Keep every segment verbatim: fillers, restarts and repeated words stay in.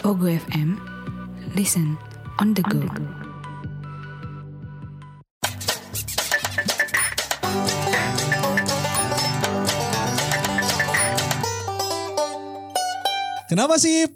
Pogo F M, listen on the go. Kenapa sih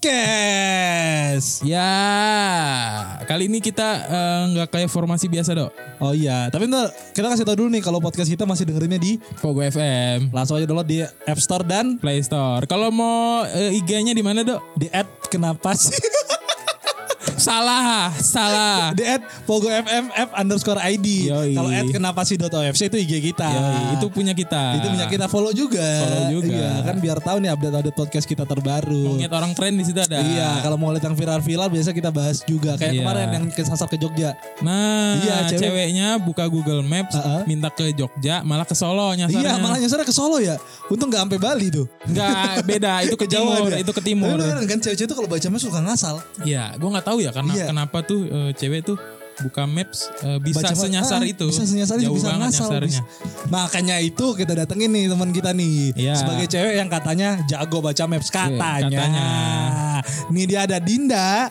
podcast? Ya, kali ini kita nggak uh, kayak formasi biasa dok. Oh iya, tapi ntar kita kasih tau dulu nih kalau podcast kita masih dengerinnya di Pogo F M. Langsung aja download di App Store dan Play Store. Kalau mau uh, I G-nya di mana dok? Di at kenapa sih? Salah, salah. Di at Pogo F M F underscore I D. Kalau at kenapa sih dot O F C itu I G kita. Yoi, itu punya kita. Itu punya kita, follow juga. Follow juga. Iya, kan biar tahu nih update-update podcast kita terbaru. Lihat orang keren di situ ada. Iya, kalau mau lihat yang viral-viral biasa kita bahas juga. Kayak iya. kemarin yang kesasar ke Jogja. Nah, iya, cewek. ceweknya buka Google Maps, uh-uh. minta ke Jogja, malah ke Solo nyasarnya. Iya, malah nyasarnya ke Solo ya. Untung gak sampai Bali tuh. Enggak, beda. Itu ke timur, itu ke timur. Tapi kan cewek-cewek itu kalau baca maps suka ngasal. Iya, gue nggak tahu ya karena iya. kenapa tuh uh, cewek tuh buka maps uh, bisa baca, senyasar ah, itu. Bisa senyasar itu, bisa ngasal. Nyasarnya. Makanya itu kita datengin nih teman kita nih. Iya. Sebagai cewek yang katanya jago baca maps katanya. Iya, katanya. Nih dia ada Dinda.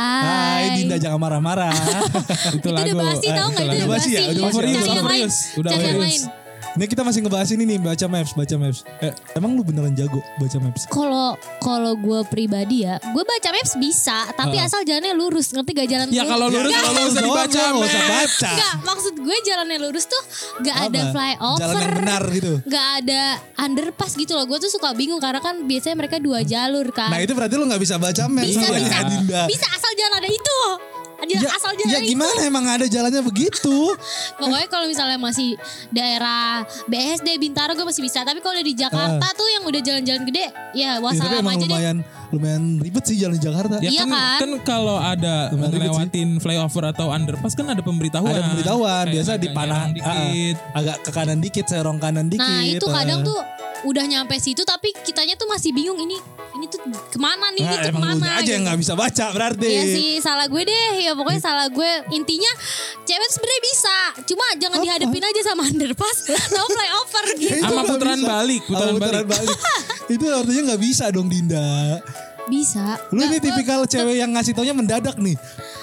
Hai. Hai Dinda, jangan marah-marah. itu, itu lagu. Udah basi tau gak itu udah basi. Ya, udah basi. serius, serius. Udah serius. Ini kita masih ngebahas ini nih, baca maps, baca maps. Eh, emang lu beneran jago baca maps? Kalau kalau gue pribadi ya, gue baca maps bisa, tapi uh. asal jalannya lurus, ngerti gak jalan? Ya kalau lurus, ya, kalau usah dibaca, nggak usah baca. Enggak, maksud gue jalannya lurus tuh gak Apa? ada flyover, jalan yang benar gitu. Gak ada underpass gitu loh. Gue tuh suka bingung karena kan biasanya mereka dua jalur kan. Nah itu berarti lu gak bisa baca maps. Bisa, sama bisa, Dinda. bisa asal jalan ada itu. Ya, asal jalan ya gimana itu. Emang ada jalannya begitu. Pokoknya kalau misalnya masih daerah B S D Bintaro gue masih bisa. Tapi kalau udah di Jakarta uh. tuh yang udah jalan-jalan gede, ya wassalam ya, aja lumayan, deh. Lumayan ribet sih jalan Jakarta. Ya iya kan, kan? Kan kalau ada ngelewatin flyover atau underpass kan ada pemberitahuan. Ada pemberitahuan. Kayak biasa di panah dikit. Uh, agak ke kanan dikit, serong kanan dikit. Nah itu kadang tuh udah nyampe situ tapi kitanya tuh masih bingung ini ini tuh kemana nih, nah, gitu emang kemana aja gitu. yang gak bisa baca berarti. Iya sih, salah gue deh. Ya pokoknya salah gue. Intinya cewek sebenarnya bisa, cuma jangan Apa? dihadapin aja sama underpass atau flyover gitu. Sama putaran balik, putaran balik. balik. Itu artinya gak bisa dong Dinda. Bisa. Lu gak, ini tipikal gue, cewek yang ngasih taunya mendadak nih.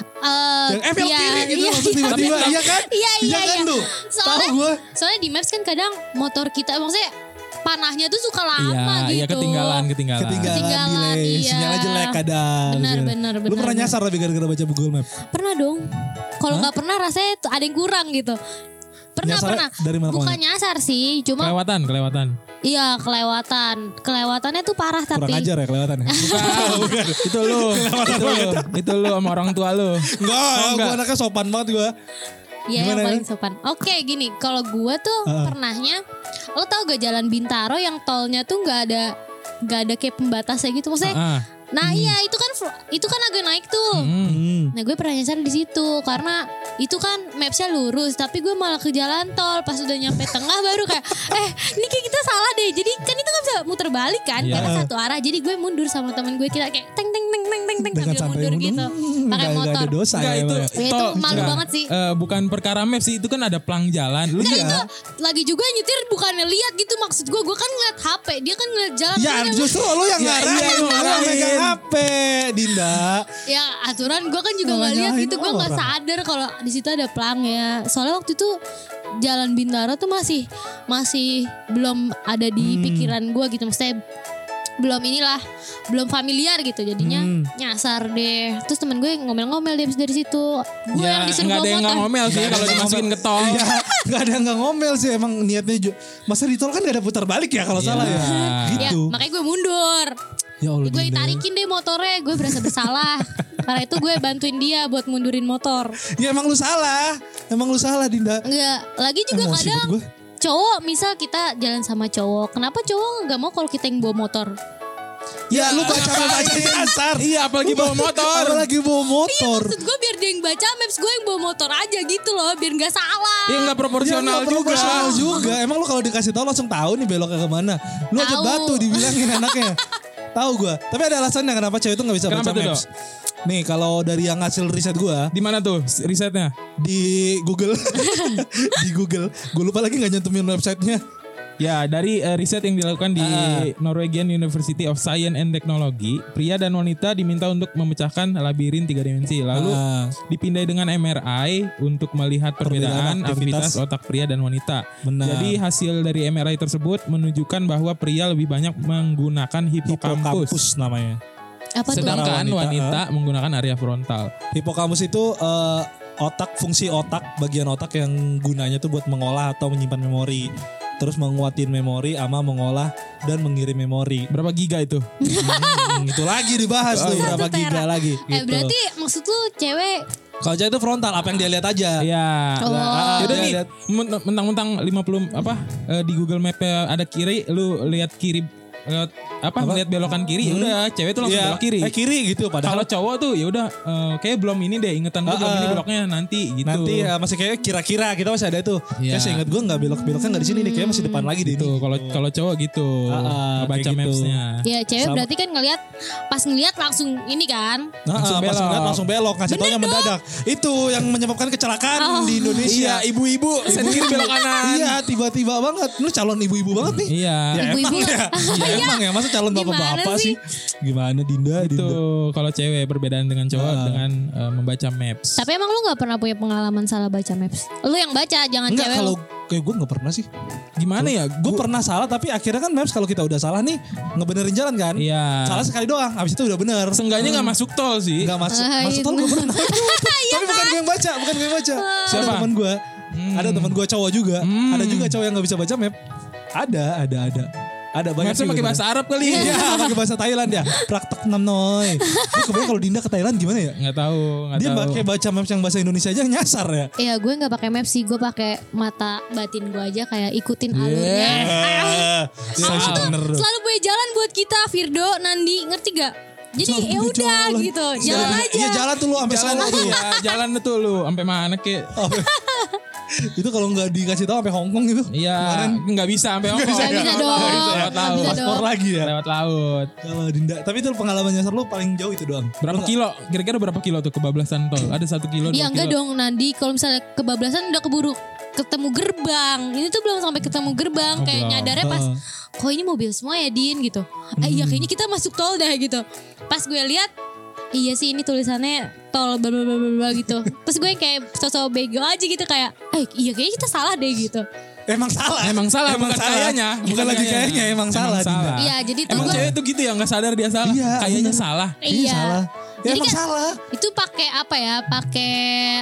Uh, yang F yang iya, kiri gitu iya, maksud tiba-tiba. Iya kan? Iya iya kan iya. Tuh? Soalnya, Tahu gue. soalnya di maps kan kadang motor kita maksudnya panahnya tuh suka lama iya, gitu. Iya ketinggalan, ketinggalan. Ketinggalan, ketinggalan delay. iya. Sinyalnya jelek kadang. Benar, benar, benar. Lu pernah nyasar tapi gara-gara baca Google Map? Pernah dong. Kalau nggak pernah rasanya tuh ada yang kurang gitu. Pernah, Nyasar pernah. Dari mana Bukan nyasar sih, cuma kelewatan, kelewatan. Iya, kelewatan. Kelewatannya tuh parah tapi. Kurang ajar ya kelewatan ya? Bukan, bukan. Itu lu. Itu lu. Itu lu sama orang tua lu. Enggak, oh, gue anaknya sopan banget gue. Iya yang paling sopan. Oke gini, kalau gue tuh uh. pernahnya, lo tau gak jalan Bintaro yang tolnya tuh nggak ada nggak ada kayak pembatasnya gitu maksudnya. Uh. Nah hmm. iya itu kan itu kan agak naik tuh. Hmm. Nah gue pernah nyasar di situ karena itu kan mapsnya lurus tapi gue malah ke jalan tol. Pas udah nyampe tengah baru kayak eh ini kayak kita salah deh. Jadi kan itu kan bisa muter balik kan yeah. karena satu arah. Jadi gue mundur sama temen gue kita kayak teng teng teng teng teng teng sambil mundur gitu pakai motor. Gak ada dosa ya, itu, ya. Ya, itu malu enggak, banget sih. Uh, bukan perkara map sih itu kan ada pelang jalan. Lu ya. Itu lagi juga nyetir bukannya lihat gitu maksud gue. Gue kan ngeliat H P dia kan ngeliat jalan. Ya justru lu yang ya, ngarahin. Iya, lu yang megang H P Dinda. Ya aturan gue kan juga nggak lihat gitu. Gue nggak sadar kalau di situ ada pelang ya. Soalnya waktu itu jalan Bintaro tuh masih masih belum ada di hmm. pikiran gue gitu. Maksudnya belum inilah belum familiar gitu jadinya hmm. nyasar deh. Terus temen gue ngomel-ngomel deh dari situ. Gue ya, yang disuruh nggak ada yang nggak ngomel sih kalau dimasukin ke tol. Ya, nggak ada yang nggak ngomel sih emang niatnya juga. Masa di tol kan nggak ada putar balik ya kalau ya. salah ya. Gitu. Ya, makanya gue mundur. Ya Allah, gue tarikin deh motornya. Gue berasa bersalah. Karena itu gue bantuin dia buat mundurin motor. Ya emang lu salah. Emang lu salah Dinda. Enggak. Lagi juga emosi kadang cowok misal kita jalan sama cowok. Kenapa cowok gak mau kalau kita yang bawa motor? Ya, ya lu baca baca dasar. Iya apalagi bawa motor. Apalagi bawa motor. Iya maksud gue biar dia yang baca maps, gue yang bawa motor aja gitu loh. Biar gak salah. Iya gak proporsional ya, gak juga. proporsional juga. Emang lu kalau dikasih tahu langsung tahu nih beloknya kemana. Lu aja batu dibilangin anaknya. Tahu gue. Tapi ada alasannya kenapa cewek itu gak bisa kenapa baca maps. Dok? Nih kalau dari yang hasil riset gue. Di mana tuh risetnya? Di Google. Di Google. Gue lupa lagi gak nyantumin websitenya. Ya, dari uh, riset yang dilakukan di uh. Norwegian University of Science and Technology, pria dan wanita diminta untuk memecahkan labirin tiga dimensi. Lalu uh. dipindai dengan M R I untuk melihat perbedaan, perbedaan aktivitas. aktivitas otak pria dan wanita. Benar. Jadi hasil dari M R I tersebut menunjukkan bahwa pria lebih banyak menggunakan hipokampus, hipokampus namanya. Apa Sedangkan wanita, wanita uh. menggunakan area frontal. Hipokampus itu uh, otak, fungsi otak, bagian otak yang gunanya tuh buat mengolah atau menyimpan memori. Terus menguatin memori sama mengolah dan mengirim memori. Berapa giga itu? hmm, itu lagi dibahas tuh berapa giga lagi. Eh gitu. Berarti maksud lu cewek? Kalau cewek itu frontal, apa yang dia lihat aja. Iya. Oh. Nah, yaudah nih, mentang-mentang lima puluh apa uh, di Google Map ada kiri, lu lihat kiri lewat apa, apa? Lihat belokan kiri, hmm. udah cewek tuh langsung ya, belok kiri. Eh kiri gitu padahal. Kalau cowok tuh ya udah uh, kayak belum ini deh, ingetan gue uh, belum ini beloknya nanti gitu. Nanti ya masih kayak kira-kira kita masih ada tuh. Ya. Kayak seingat gue enggak belok-beloknya enggak di sini nih, kayak masih depan lagi deh. Tuh kalau kalau cowok gitu. Uh, uh, baca gitu. Mapsnya. Ya cewek Sama. Berarti kan ngelihat pas ngelihat langsung ini kan. Nah, langsung belok. Pas ngeliat langsung belok, ngasih taunya mendadak. Itu yang menyebabkan kecelakaan oh. di Indonesia. Iya, ibu-ibu sen kiri belok kanan. Iya, tiba-tiba banget. Lu calon ibu-ibu banget nih. Iya. Ya, ibu-ibu. Emang ya. Ya emang ya, masa calon bapak-bapak sih? Gimana Dinda? Itu kalau cewek perbedaan dengan cowok uh. dengan uh, membaca maps. Tapi emang lu gak pernah punya pengalaman salah baca maps? Lu yang baca, jangan Enggak, cewek. Kalau kayak gue gak pernah sih. Gimana ya? Gue pernah salah tapi akhirnya kan maps kalau kita udah salah nih ngebenerin jalan kan? Iya. Salah sekali doang, abis itu udah bener. Seenggaknya hmm. gak masuk tol sih. Gak masuk, ah, masuk tol gue pernah. Tapi bukan gue yang baca, bukan gue yang baca. Siapa? Ada teman gue, hmm. ada teman gue cowok juga. Hmm. Ada juga cowok yang gak bisa baca map. Ada, ada, ada. Ada banyak sih. Pakai bahasa Arab kali. Iya, pakai bahasa Thailand ya. Praktek enam noy. Gue kebayang kalau Dinda ke Thailand gimana ya? Enggak tahu, enggak Dia tahu. Dia pakai baca maps yang bahasa Indonesia aja nyasar ya. Iya, gue enggak pakai maps sih, gue pakai mata batin gue aja kayak ikutin yeah. alurnya. Selalu yeah. bener. Selalu punya jalan buat kita, Firdo, Nandi, ngerti gak? Jadi ya udah gitu, jalan ya, aja. Iya jalan tuh lu sampai sana tuh. Ya, jalan tuh lu sampai mana kek? Itu kalau nggak dikasih tahu sampai Hongkong gitu. Iya, nggak bisa sampai Hongkong. Nggak bisa dong. Lewat laut. Paspor lagi ya. Lewat laut. Kalau Dinda, tapi itu pengalaman nyasar lu paling jauh itu doang. Berapa kilo? Kira-kira berapa kilo tuh kebablasan tol? Ada satu kilo? Iya enggak dong Nandi. Kalau misalnya kebablasan udah keburu ketemu gerbang. Ini tuh belum sampai ketemu gerbang. Oh, kayak belum. nyadarnya pas, kok ini mobil semua ya Din gitu. Eh iya kayaknya kita masuk tol dah gitu. Pas gue lihat, iya sih ini tulisannya tol bla bla bla bla gitu. Terus gue kayak sosok bego aja gitu kayak, eh iya kayaknya kita salah deh gitu. Emang salah. Emang salah, emang bukan salah. kayaknya. Bukan lagi kayaknya, emang, emang salah. salah. Iya, jadi tuh emang gue, cewek tuh gitu ya, nggak sadar dia salah. Iya, kayaknya bener. salah. Iya, iya salah. Ya, jadi emang kan, salah. Itu pakai apa ya? Pakai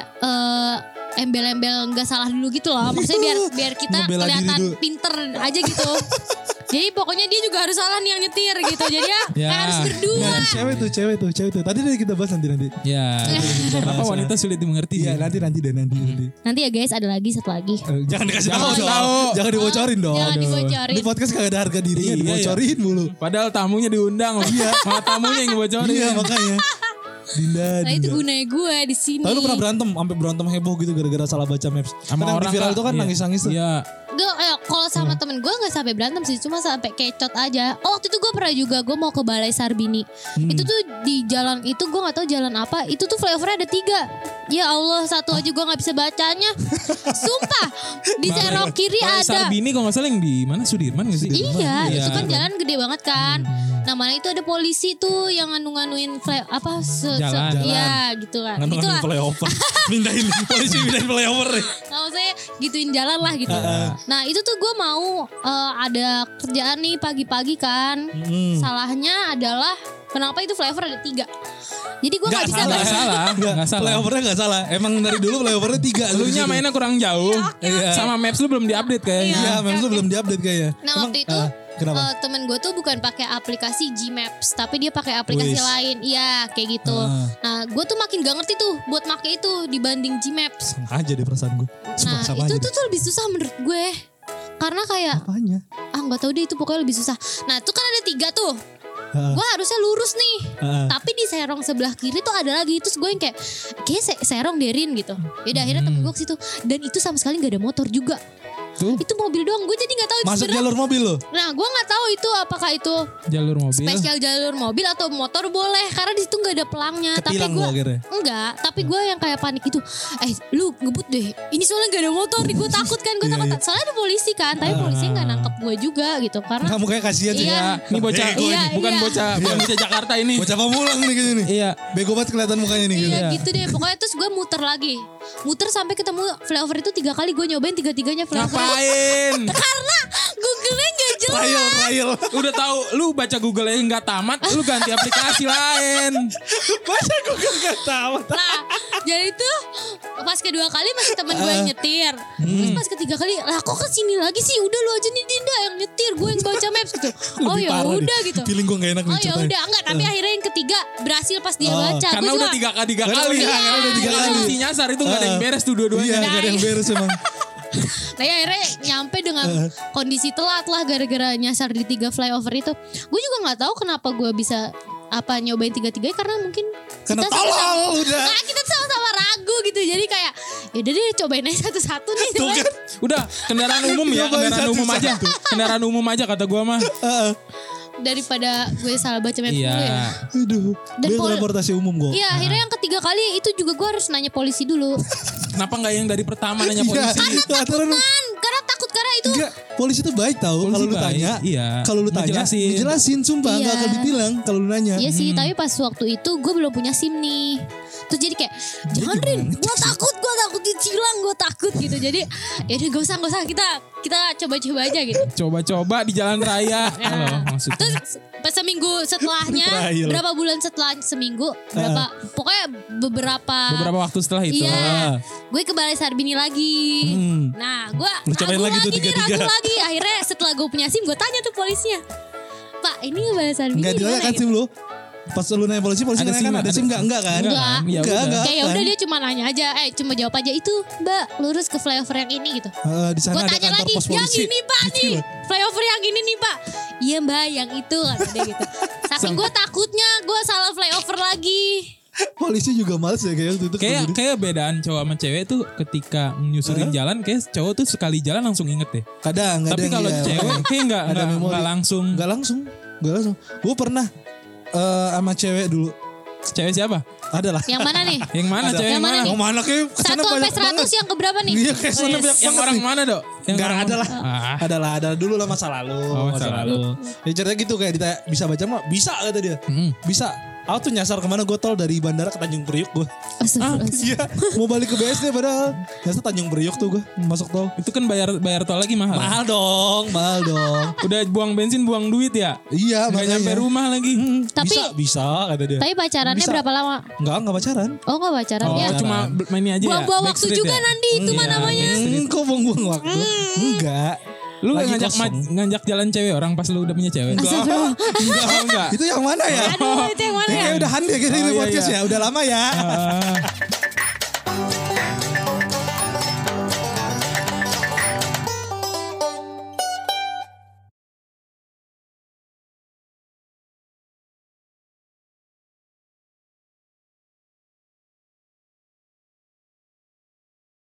uh, embel-embel nggak salah dulu gitu loh. Maksudnya biar biar kita Ngebela kelihatan pinter aja gitu. Jadi pokoknya dia juga harus salah nih yang nyetir gitu. Jadi ya, ya. kayak harus berdua. Nah, cewek tuh, cewek tuh, cewek tuh. Tadi nanti kita bahas nanti nanti. Ya. Kenapa wanita sulit dimengerti? Iya, nanti nanti deh nanti nanti. Nanti ya guys, ada lagi satu lagi. Uh, jangan dikasih Jangan tahu dong. tahu. Jangan dibocorin dong. Jangan dibocorin. Di podcast kagak ada harga dirinya, Iya, dibocorin iya. mulu. Padahal tamunya diundang loh. Iya. Malah tamunya yang ngebocorin. Iya, makanya. Dinda, Nah Dinda. itu gunanya gue di sini. Tapi lu pernah berantem, sampai berantem heboh gitu gara-gara salah baca maps. Sama Kan orang di viral Kak. itu kan Iya. nangis-nangis tuh. Iya. Gue eh, kalau sama temen gue nggak sampai berantem sih, cuma sampai kecot aja. Oh waktu itu gue pernah juga, gue mau ke Balai Sarbini. Hmm. Itu tuh di jalan itu gue nggak tahu jalan apa. Itu tuh flyovernya ada tiga. Ya Allah satu aja gue nggak bisa bacanya. Sumpah di serong kiri Balai ada. Sarbini kalau nggak salah yang di mana Sudirman nggak sih? Iya, Iya. itu kan jalan gede banget kan. Hmm. Nah mana itu ada polisi tuh yang nganu-nganuin fly, apa se, se- Jalan. iya gitu kan. Nganu-nganu Itulah. flyover. Mindahin polisi mindahin flyover nih. Nah, maksudnya gituin jalan lah gitu. Nah itu tuh gue mau uh, ada kerjaan nih pagi-pagi kan. Hmm. Salahnya adalah kenapa itu flyover ada tiga. Jadi gue gak, Gak bisa salah. Nggak salah. Enggak, Nggak salah. flyovernya gak salah. Emang dari dulu flyovernya tiga. Lu nya mainnya kurang jauh. Iya. Sama maps lu belum diupdate kayaknya. Iya, maps lu belum diupdate kayaknya. Nah Emang, waktu itu ah, kenapa? uh, temen gue tuh bukan pakai aplikasi Gmaps, tapi dia pakai aplikasi Wis. lain. Iya kayak gitu. Ah. Nah gue tuh makin gak ngerti tuh buat pakai itu dibanding Gmaps. Sama aja deh perasaan gue. Sumpah, Nah sama itu aja tuh, deh. tuh lebih susah menurut gue. Karena kayak Apanya? ah nggak tahu deh itu pokoknya lebih susah. Nah itu kan ada tiga tuh. Ah. Gue harusnya lurus nih, Ah. tapi di serong sebelah kiri tuh ada lagi. Terus gue yang kayak, kayak se- serong derin gitu. Yaudah akhirnya temen gue ke situ. Dan itu sama sekali nggak ada motor juga. Tuh. Itu mobil doang. Gue jadi nggak tahu itu Masuk sebenarnya- jalur mobil lo. Nah, gue nggak tahu itu apakah itu Jalur mobil. spesial jalur mobil atau motor boleh karena di situ nggak ada pelangnya. Ketilang tapi gue lo akhirnya. enggak. Tapi gue yang kayak panik itu. Eh, lu ngebut deh. Ini soalnya nggak ada motor nih. Gue takut kan. Gue Iya, takut. iya. Soalnya ada polisi kan. Tapi polisi nggak nangkep gue juga gitu. Karena Kamu kayak kasihan sih. Iya. Ya, ini bocah Bego Iya, bukan iya. bocah bukan bocah Jakarta ini. Bocah pemulang nih kayak gini. Iya. Bego banget kelihatan mukanya nih gitu. Iya gitu deh. Pokoknya terus gue muter lagi. Muter sampai ketemu flyover itu tiga kali. Gue nyobain tiga-tiganya flyover. Ngapain? Karena Google-nya gak jelas. Trial, trial. Udah tahu lu baca Google aja nggak tamat, lu ganti aplikasi lain. Baca Google gak tahu. Nah, jadi tuh pas kedua kali masih temen gue yang nyetir. Terus pas ketiga kali, lah kok kesini lagi sih? Udah lu aja nih Dinda yang nyetir, gue yang baca maps gitu. Oh Lebih ya parah udah nih. gitu. Feeling gue gak enak nih Oh ya ceritanya. udah enggak, tapi akhirnya yang ketiga berhasil pas dia Oh, baca. Karena Gua udah juga- tiga kali tiga Karena kali. udah- Iya, karena udah tiga Kalau kali. mesti nyasar itu nggak ada yang Uh, beres tuh dua-duanya. Iya gak ada yang beres emang. Nah ya, akhirnya nyampe dengan kondisi telat lah gara-gara nyasar di tiga flyover itu. Gue juga nggak tahu kenapa gue bisa apa nyobain tiga-tiganya karena mungkin Karena kita sama-sama- tolol udah. Nah, kita sama-sama ragu gitu. Jadi kayak ya udah deh cobain aja satu-satu nih. Tuh kan. Udah kendaraan umum ya, Cobain kendaraan umum aja. satu-satu. Kendaraan umum aja kata gua mah. Heeh. Daripada gue salah baca maps Iya. dulu ya. Aduh. Dan Dia pol- transportasi umum gue. Iya akhirnya yang ketiga kali itu juga gue harus nanya polisi dulu. Kenapa nggak yang dari pertama nanya Iya. polisi? Kan karena takut karena itu Enggak, polisi tuh baik tahu Polisi kalau lu baik, tanya. iya. Kalau lu tanya, Ngejelasin. ngejelasin sumpah Iya. enggak akan ditilang kalau lu nanya. Iya sih, tapi pas waktu itu gue belum punya SIM nih. Terus jadi kayak, jangan Rin, gue takut, gue takut ditilang, gue takut gitu. Jadi ya udah gak usah, gak usah, kita kita coba-coba aja gitu. Coba-coba di jalan raya. Halo, maksudnya. Terus pas seminggu setelahnya, Trial. berapa bulan setelah seminggu, berapa, pokoknya beberapa, Beberapa waktu setelah itu. Iya, gue ke Balai Sarbini lagi. Hmm. Nah, gue Lu cobain ragu lagi lagi, tuh nih, tiga-tiga. ragu lagi. Akhirnya setelah gue punya SIM, gue tanya tuh polisinya, Pak, ini Balai Sarbini Enggak di ditanya mana kan gitu? SIM lu. Pas lu nanya polisi, polisi Ada nanya kan SIM, ada ada- SIM enggak? Enggak kan? Enggak. Enggak. Ya Enggak, udah. enggak. Kayak kan? udah dia cuma nanya aja, eh cuma jawab aja itu, Mbak lurus ke flyover yang ini gitu. Eh, di sana Gue ada tanya kantor lagi, pos yang polisi. ini Pak Gitu nih, loh. flyover yang ini nih Pak. Iya Mbak, yang itu kata dia gitu. Saking gue takutnya gue salah flyover lagi. Polisi juga males ya kayak waktu itu. Kayak ketemu dia. kayak bedaan cowok sama cewek tuh ketika nyusurin Hah? jalan kayak cowok tuh sekali jalan langsung inget deh. Kadang enggak ada Tapi yang kalau iya. cewek kayak nggak Ada nggak memori. nggak langsung. Enggak langsung. Enggak langsung. Gue pernah eh, sama cewek dulu. Cewek siapa? Ada lah. Yang mana nih? Yang mana Ada. cewek Yang yang mana mana? nih? Oh mana kayak kesana Satu sampai banyak seratus banget. yang keberapa nih? Iya kayak kesana Wes. banyak Yang banget orang nih. mana dok? Yang Enggak orang ada lah. Ah. Ada lah, ada dulu lah masa lalu. Oh, masa lalu. Ya ceritanya gitu kayak ditanya bisa baca mah bisa kata dia. Mm. Bisa. Aku tuh nyasar kemana gue tol dari bandara ke Tanjung Priuk gue. Astagfirullahaladzim. Iya. Mau balik ke B S D padahal. Nyasar Tanjung Priuk tuh gue masuk tol. Itu kan bayar bayar tol lagi mahal. Mahal dong, mahal dong. Udah buang bensin, buang duit ya. Iya, Nggak nyampe makanya. rumah lagi. Hmm, Tapi- bisa, bisa kata dia. Tapi pacarannya Bisa. berapa lama? Enggak, enggak pacaran. Oh gak pacaran Oh, ya? pacaran. cuma bel- main ini aja ya. Buang-buang waktu Backstreet juga ya? Nandi itu mah Iya, namanya. Backstreet. Hmm, kok buang-buang waktu? Enggak. Lu Lagi ngajak kosong. ma- ngajak jalan cewek orang pas lu udah punya cewek. Astagfirullah. Enggak, enggak. Itu yang mana ya? Aduh itu yang mana Ini ya? kayak udah Han ya kayak Oh, di iya, podcast iya. ya. Udah lama ya. Ah.